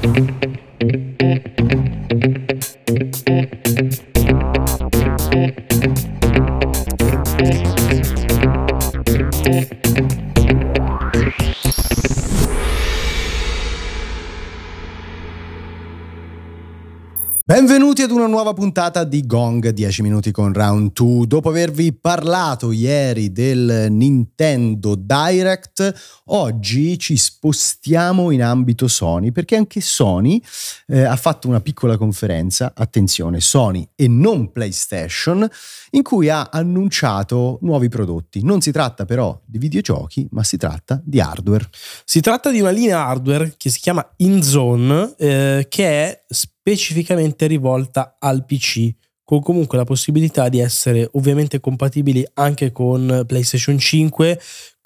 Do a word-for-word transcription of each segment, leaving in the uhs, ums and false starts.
Benvenuti ad una nuova puntata di Gong dieci minuti con Round due. Dopo avervi parlato ieri del Nintendo Direct, oggi ci spostiamo in ambito Sony, perché anche Sony eh, ha fatto una piccola conferenza, attenzione, Sony e non PlayStation, in cui ha annunciato nuovi prodotti. Non si tratta però di videogiochi, ma si tratta di hardware. Si tratta di una linea hardware che si chiama InZone, eh, che è specificamente rivolta al P C, con comunque la possibilità di essere ovviamente compatibili anche con PlayStation cinque,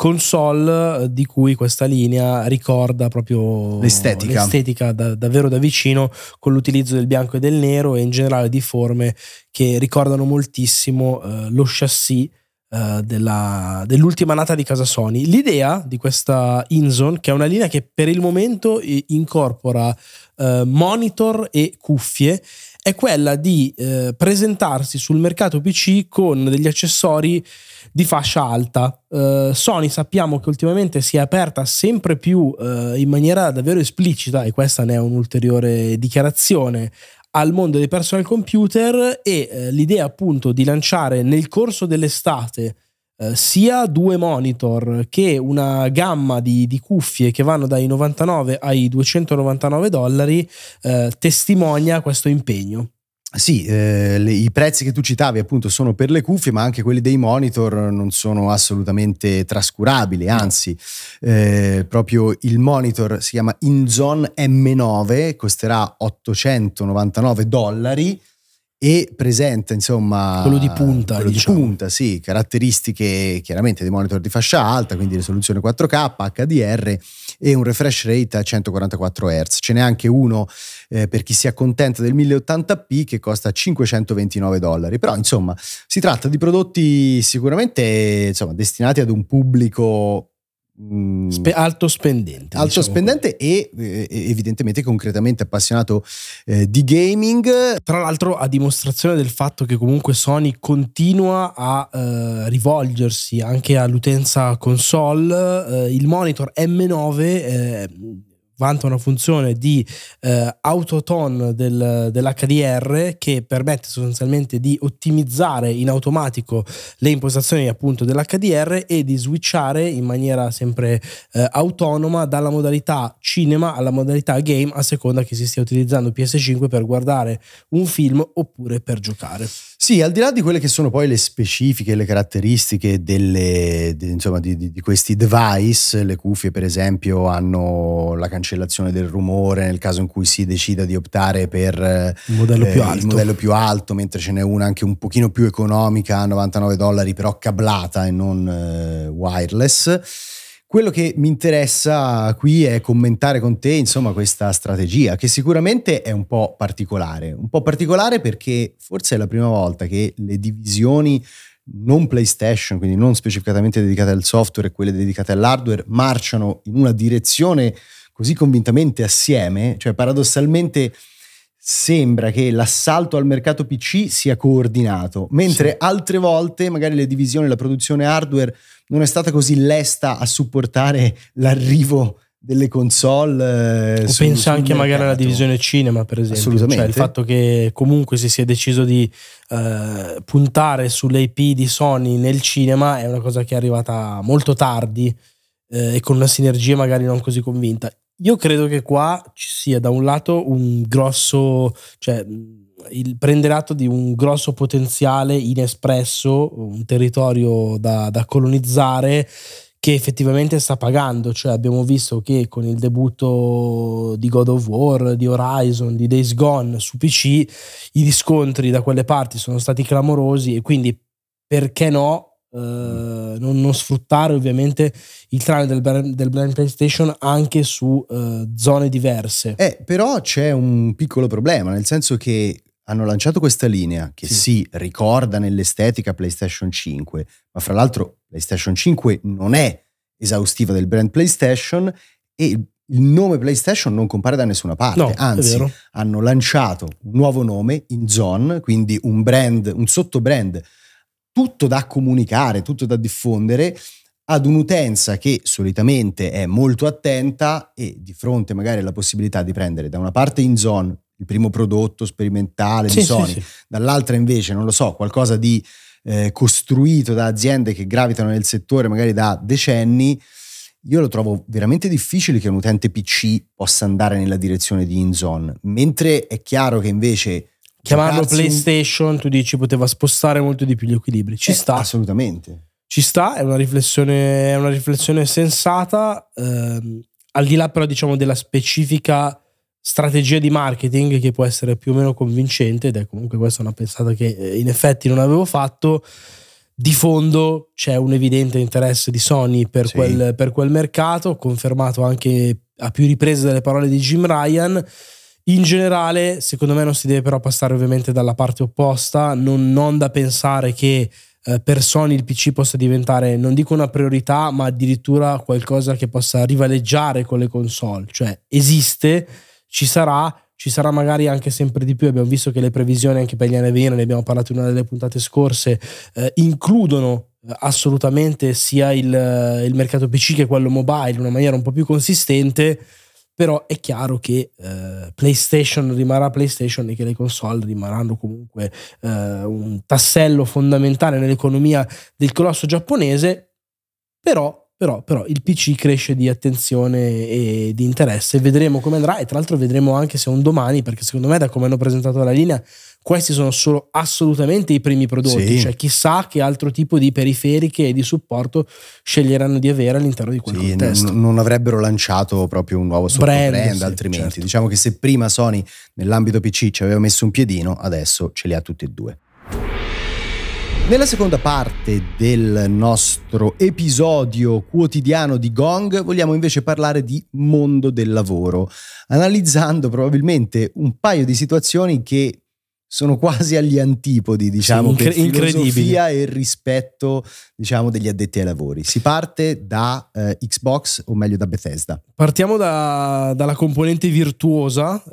console di cui questa linea ricorda proprio l'estetica, l'estetica da, davvero da vicino, con l'utilizzo del bianco e del nero e in generale di forme che ricordano moltissimo eh, lo chassis Uh, della, dell'ultima nata di casa Sony. L'idea di questa InZone, che è una linea che per il momento incorpora uh, monitor e cuffie, è quella di uh, presentarsi sul mercato P C con degli accessori di fascia alta. Uh, Sony sappiamo che ultimamente si è aperta sempre più uh, in maniera davvero esplicita, e questa ne è un'ulteriore dichiarazione, al mondo dei personal computer, e eh, l'idea appunto di lanciare nel corso dell'estate eh, sia due monitor che una gamma di, di cuffie che vanno dai novantanove ai duecentonovantanove dollari eh, testimonia questo impegno. Sì, eh, le, i prezzi che tu citavi appunto sono per le cuffie, ma anche quelli dei monitor non sono assolutamente trascurabili, anzi eh, proprio il monitor si chiama InZone M nove, costerà ottocentonovantanove dollari e presenta insomma quello di punta, quello diciamo. di punta, sì, caratteristiche chiaramente dei monitor di fascia alta, quindi risoluzione quattro K, H D R e un refresh rate a centoquarantaquattro hertz. Ce n'è anche uno eh, per chi si accontenta del mille ottanta p che costa cinquecentoventinove dollari. Però insomma si tratta di prodotti sicuramente insomma destinati ad un pubblico Spe- alto spendente alto diciamo spendente e eh, evidentemente concretamente appassionato eh, di gaming. Tra l'altro, a dimostrazione del fatto che comunque Sony continua a eh, rivolgersi anche all'utenza console, eh, il monitor M nove eh, vanta una funzione di eh, autotone del, dell'H D R che permette sostanzialmente di ottimizzare in automatico le impostazioni appunto dell'H D R e di switchare in maniera sempre eh, autonoma dalla modalità cinema alla modalità game, a seconda che si stia utilizzando P S cinque per guardare un film oppure per giocare. Sì, al di là di quelle che sono poi le specifiche, le caratteristiche delle, de, insomma, di, di, di questi device, le cuffie per esempio hanno la cancellazione del rumore nel caso in cui si decida di optare per il modello, eh, più, alto. il modello più alto, mentre ce n'è una anche un pochino più economica a novantanove dollari, però cablata e non eh, wireless. Quello che mi interessa qui è commentare con te, insomma, questa strategia che sicuramente è un po' particolare, un po' particolare perché forse è la prima volta che le divisioni non PlayStation, quindi non specificatamente dedicate al software, e quelle dedicate all'hardware, marciano in una direzione così convintamente assieme. Cioè paradossalmente sembra che l'assalto al mercato P C sia coordinato, mentre sì. altre volte magari le divisioni, la produzione hardware non è stata così lesta a supportare l'arrivo delle console. Eh, o sul, pensa sul anche mercato. Magari alla divisione cinema, per esempio. Assolutamente. Cioè il fatto che comunque si sia deciso di eh, puntare sulle I P di Sony nel cinema è una cosa che è arrivata molto tardi eh, e con una sinergia magari non così convinta. Io credo che qua ci sia da un lato un grosso, cioè il prendere atto di un grosso potenziale inespresso, un territorio da, da colonizzare che effettivamente sta pagando. Cioè abbiamo visto che con il debutto di God of War, di Horizon, di Days Gone su P C, i riscontri da quelle parti sono stati clamorosi, e quindi perché no Uh, non, non sfruttare ovviamente il trend del, del brand PlayStation anche su uh, zone diverse. Eh, però c'è un piccolo problema, nel senso che hanno lanciato questa linea che sì. si ricorda nell'estetica PlayStation cinque, ma fra l'altro PlayStation cinque non è esaustiva del brand PlayStation, e il nome PlayStation non compare da nessuna parte, No, anzi hanno lanciato un nuovo nome, InZone, quindi un brand, un sottobrand, tutto da comunicare, tutto da diffondere ad un'utenza che solitamente è molto attenta e di fronte magari alla possibilità di prendere da una parte InZone, il primo prodotto sperimentale di Sì, Sony, sì, sì. dall'altra invece, non lo so, qualcosa di eh, costruito da aziende che gravitano nel settore magari da decenni. Io lo trovo veramente difficile che un utente P C possa andare nella direzione di InZone, mentre è chiaro che invece Chiamarlo giocarsi un- PlayStation, tu dici, poteva spostare molto di più gli equilibri. Ci Eh, sta, assolutamente. ci sta, è una riflessione, è una riflessione sensata. ehm, al di là però, diciamo, della specifica strategia di marketing che può essere più o meno convincente, ed è comunque questa una pensata che eh, in effetti non avevo fatto. Di fondo c'è un evidente interesse di Sony per, Sì. quel, per quel mercato, confermato anche a più riprese dalle parole di Jim Ryan. In generale, secondo me non si deve però passare ovviamente dalla parte opposta, non, non da pensare che eh, per Sony il P C possa diventare, non dico una priorità, ma addirittura qualcosa che possa rivaleggiare con le console. Cioè esiste, ci sarà, ci sarà magari anche sempre di più. Abbiamo visto che le previsioni anche per gli anni a venire, ne abbiamo parlato in una delle puntate scorse, eh, includono eh, assolutamente sia il, eh, il mercato P C che quello mobile in una maniera un po' più consistente. Però è chiaro che eh, PlayStation rimarrà PlayStation e che le console rimarranno comunque eh, un tassello fondamentale nell'economia del colosso giapponese. Però Però, però il P C cresce di attenzione e di interesse, vedremo come andrà, e tra l'altro vedremo anche se un domani, perché secondo me da come hanno presentato la linea questi sono solo assolutamente i primi prodotti, Sì. cioè chissà che altro tipo di periferiche e di supporto sceglieranno di avere all'interno di quel Sì, contesto. non, non avrebbero lanciato proprio un nuovo sottobrand, Brand, sì, altrimenti. certo. Diciamo che se prima Sony nell'ambito P C ci aveva messo un piedino, adesso ce li ha tutti e due. Nella seconda parte del nostro episodio quotidiano di Gong vogliamo invece parlare di mondo del lavoro, analizzando probabilmente un paio di situazioni che sono quasi agli antipodi, diciamo, Sì, per incre- filosofia e rispetto, diciamo, degli addetti ai lavori. Si parte da eh, Xbox, o meglio da Bethesda. Partiamo da, dalla componente virtuosa.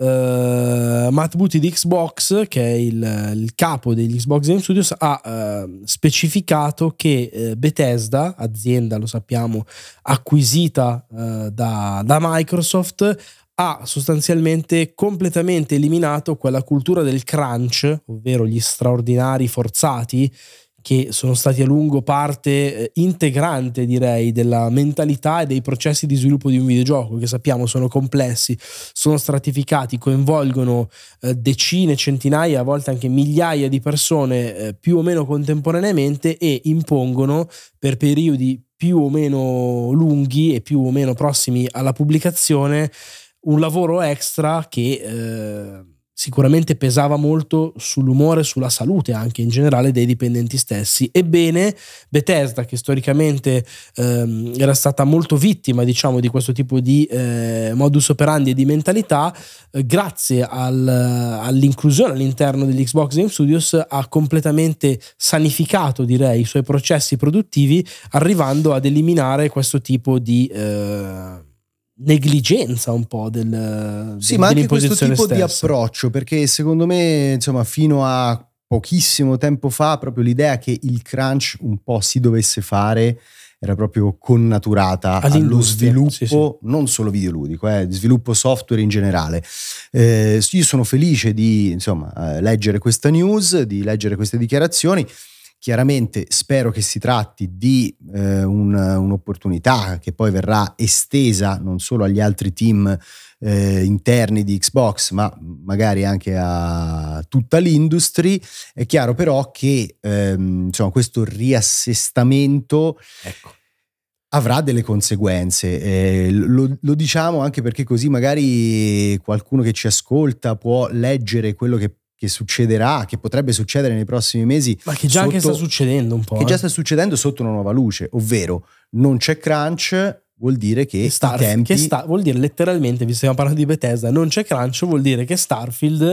uh, Matt Booty di Xbox, che è il, il capo degli Xbox Game Studios, ha uh, specificato che uh, Bethesda, azienda, lo sappiamo, acquisita uh, da, da Microsoft, ha sostanzialmente completamente eliminato quella cultura del crunch, ovvero gli straordinari forzati, che sono stati a lungo parte eh, integrante, direi, della mentalità e dei processi di sviluppo di un videogioco, che sappiamo sono complessi, sono stratificati, coinvolgono eh, decine, centinaia, a volte anche migliaia di persone eh, più o meno contemporaneamente, e impongono per periodi più o meno lunghi e più o meno prossimi alla pubblicazione un lavoro extra che eh, sicuramente pesava molto sull'umore, sulla salute anche in generale dei dipendenti stessi. Ebbene, Bethesda, che storicamente ehm, era stata molto vittima, diciamo, di questo tipo di eh, modus operandi e di mentalità, eh, grazie al, all'inclusione all'interno degli Xbox Game Studios ha completamente sanificato, direi, i suoi processi produttivi, arrivando ad eliminare questo tipo di eh, negligenza un po' del, Sì, del, ma anche questo dell'imposizione tipo di stessa. approccio, perché secondo me, insomma, fino a pochissimo tempo fa, proprio l'idea che il crunch un po' si dovesse fare era proprio connaturata allo All'industria, sviluppo, sì, sì. non solo videoludico, eh, sviluppo software in generale. Eh, io sono felice di, insomma, eh, leggere questa news, di leggere queste dichiarazioni. Chiaramente spero che si tratti di eh, un, un'opportunità che poi verrà estesa non solo agli altri team eh, interni di Xbox, ma magari anche a tutta l'industry. È chiaro però che ehm, insomma, questo riassestamento, ecco, avrà delle conseguenze. Eh, lo, lo diciamo anche perché così magari qualcuno che ci ascolta può leggere quello che che succederà, che potrebbe succedere nei prossimi mesi, ma che già sotto, anche sta succedendo un po', che eh. già sta succedendo sotto una nuova luce, ovvero non c'è crunch, vuol dire che, che, Star, i tempi che sta, vuol dire letteralmente, vi stiamo parlando di Bethesda, non c'è crunch, vuol dire che Starfield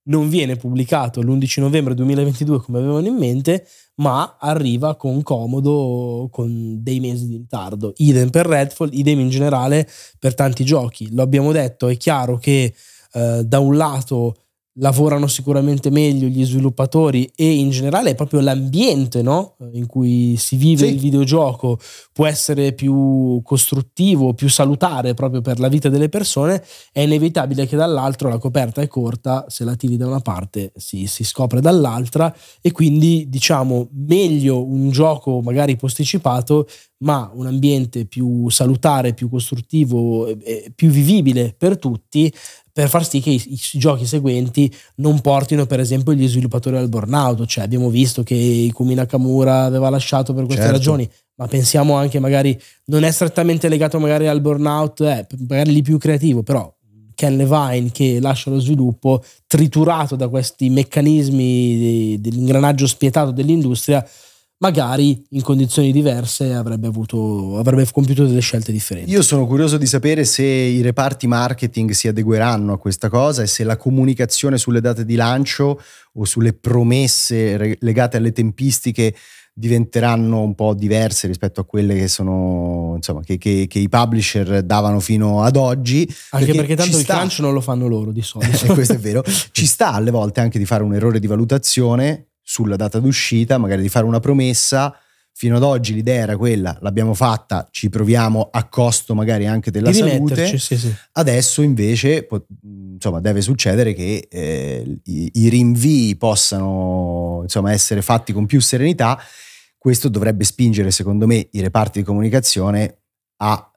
non viene pubblicato l'undici novembre duemilaventidue come avevano in mente, ma arriva con comodo, con dei mesi di ritardo. Idem per Redfall, idem in generale per tanti giochi. Lo abbiamo detto, è chiaro che eh, da un lato lavorano sicuramente meglio gli sviluppatori e in generale proprio l'ambiente, no? In cui si vive sì. il videogioco può essere più costruttivo, più salutare proprio per la vita delle persone. È inevitabile che dall'altro la coperta è corta, se la tiri da una parte si, si scopre dall'altra, e quindi diciamo meglio un gioco magari posticipato ma un ambiente più salutare, più costruttivo, eh, più vivibile per tutti, per far sì che i, i giochi seguenti non portino per esempio gli sviluppatori al burnout. Cioè abbiamo visto che Ikumi Nakamura aveva lasciato per queste certo. ragioni, ma pensiamo anche, magari non è strettamente legato magari al burnout, eh, magari lì più creativo, però Ken Levine che lascia lo sviluppo triturato da questi meccanismi dell'ingranaggio spietato dell'industria, magari in condizioni diverse avrebbe avuto avrebbe compiuto delle scelte differenti. Io sono curioso di sapere se i reparti marketing si adegueranno a questa cosa e se la comunicazione sulle date di lancio o sulle promesse legate alle tempistiche diventeranno un po' diverse rispetto a quelle che sono, insomma, che, che, che i publisher davano fino ad oggi. Anche perché, perché tanto il crunch non lo fanno loro di solito. E questo è vero. Ci sta alle volte anche di fare un errore di valutazione sulla data d'uscita, magari di fare una promessa. Fino ad oggi l'idea era quella, l'abbiamo fatta, ci proviamo a costo magari anche della salute. Sì, sì. Adesso invece insomma deve succedere che eh, i, i rinvii possano insomma essere fatti con più serenità. Questo dovrebbe spingere secondo me i reparti di comunicazione a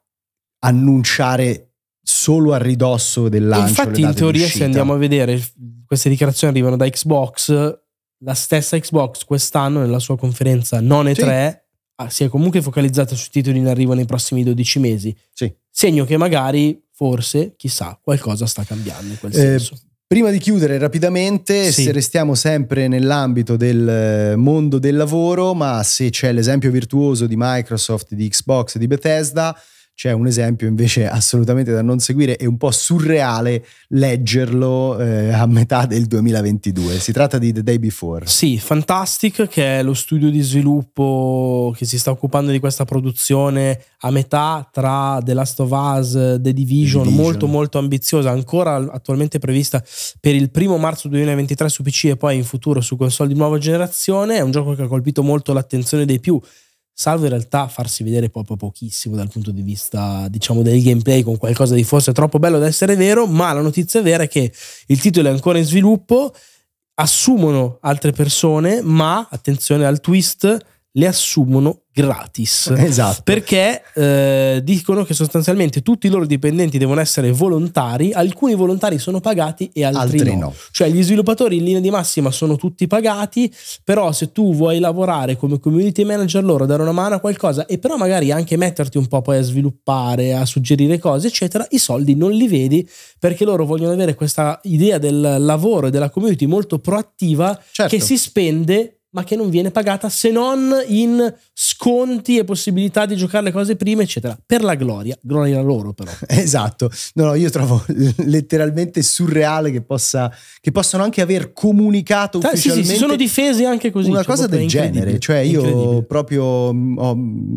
annunciare solo a ridosso del lancio. Infatti le date in teoria d'uscita. Se andiamo a vedere queste dichiarazioni arrivano da Xbox. La stessa Xbox quest'anno nella sua conferenza non E tre sì. si è comunque focalizzata sui titoli in arrivo nei prossimi dodici mesi. Sì. Segno che magari, forse, chissà, qualcosa sta cambiando in quel senso. Eh, prima di chiudere rapidamente, sì. se restiamo sempre nell'ambito del mondo del lavoro, ma se c'è l'esempio virtuoso di Microsoft, di Xbox, di Bethesda, c'è un esempio invece assolutamente da non seguire e un po' surreale leggerlo eh, a metà del duemilaventidue. Si tratta di The Day Before. Sì, Fantastic, che è lo studio di sviluppo che si sta occupando di questa produzione a metà tra The Last of Us, The Division, The Division. molto molto ambiziosa, ancora attualmente prevista per il primo marzo duemilaventitré su P C e poi in futuro su console di nuova generazione. È un gioco che ha colpito molto l'attenzione dei più, salvo in realtà farsi vedere proprio pochissimo dal punto di vista, diciamo, del gameplay, con qualcosa di forse troppo bello da essere vero. Ma la notizia vera è che il titolo è ancora in sviluppo, assumono altre persone, ma attenzione al twist, le assumono gratis. Esatto. Perché eh, dicono che sostanzialmente tutti i loro dipendenti devono essere volontari, alcuni volontari sono pagati e altri, altri no. no. Cioè gli sviluppatori in linea di massima sono tutti pagati, però se tu vuoi lavorare come community manager loro, dare una mano a qualcosa e però magari anche metterti un po' poi a sviluppare, a suggerire cose eccetera, i soldi non li vedi, perché loro vogliono avere questa idea del lavoro e della community molto proattiva, certo. che si spende ma che non viene pagata se non in sconti e possibilità di giocare le cose prima eccetera, per la gloria, gloria loro però. Esatto, no, no, io trovo letteralmente surreale che possa che possano anche aver comunicato eh, ufficialmente. Sì, sì, si sono difesi anche così. Una cosa del genere, cioè io proprio oh,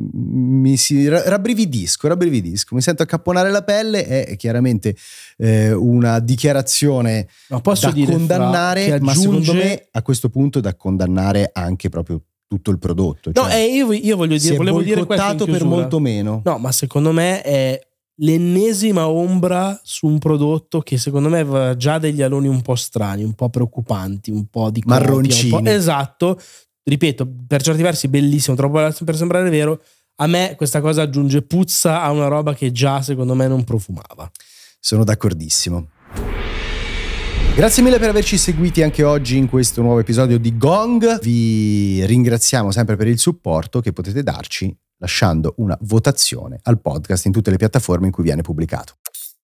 mi si rabbrividisco, rabbrividisco, mi sento accapponare la pelle. È chiaramente eh, una dichiarazione no, posso da dire, condannare, Fra, ma aggiunge... secondo me a questo punto da condannare anche proprio tutto il prodotto. No, cioè, eh, io, io voglio dire, volevo dire questo per molto meno. No, ma secondo me è l'ennesima ombra su un prodotto che secondo me aveva già degli aloni un po' strani, un po' preoccupanti, un po' di copia, marroncini. Un po', esatto. Ripeto, per certi versi bellissimo, troppo per sembrare vero. A me questa cosa aggiunge puzza a una roba che già secondo me non profumava. Sono d'accordissimo. Grazie mille per averci seguiti anche oggi in questo nuovo episodio di Gong. Vi ringraziamo sempre per il supporto che potete darci lasciando una votazione al podcast in tutte le piattaforme in cui viene pubblicato.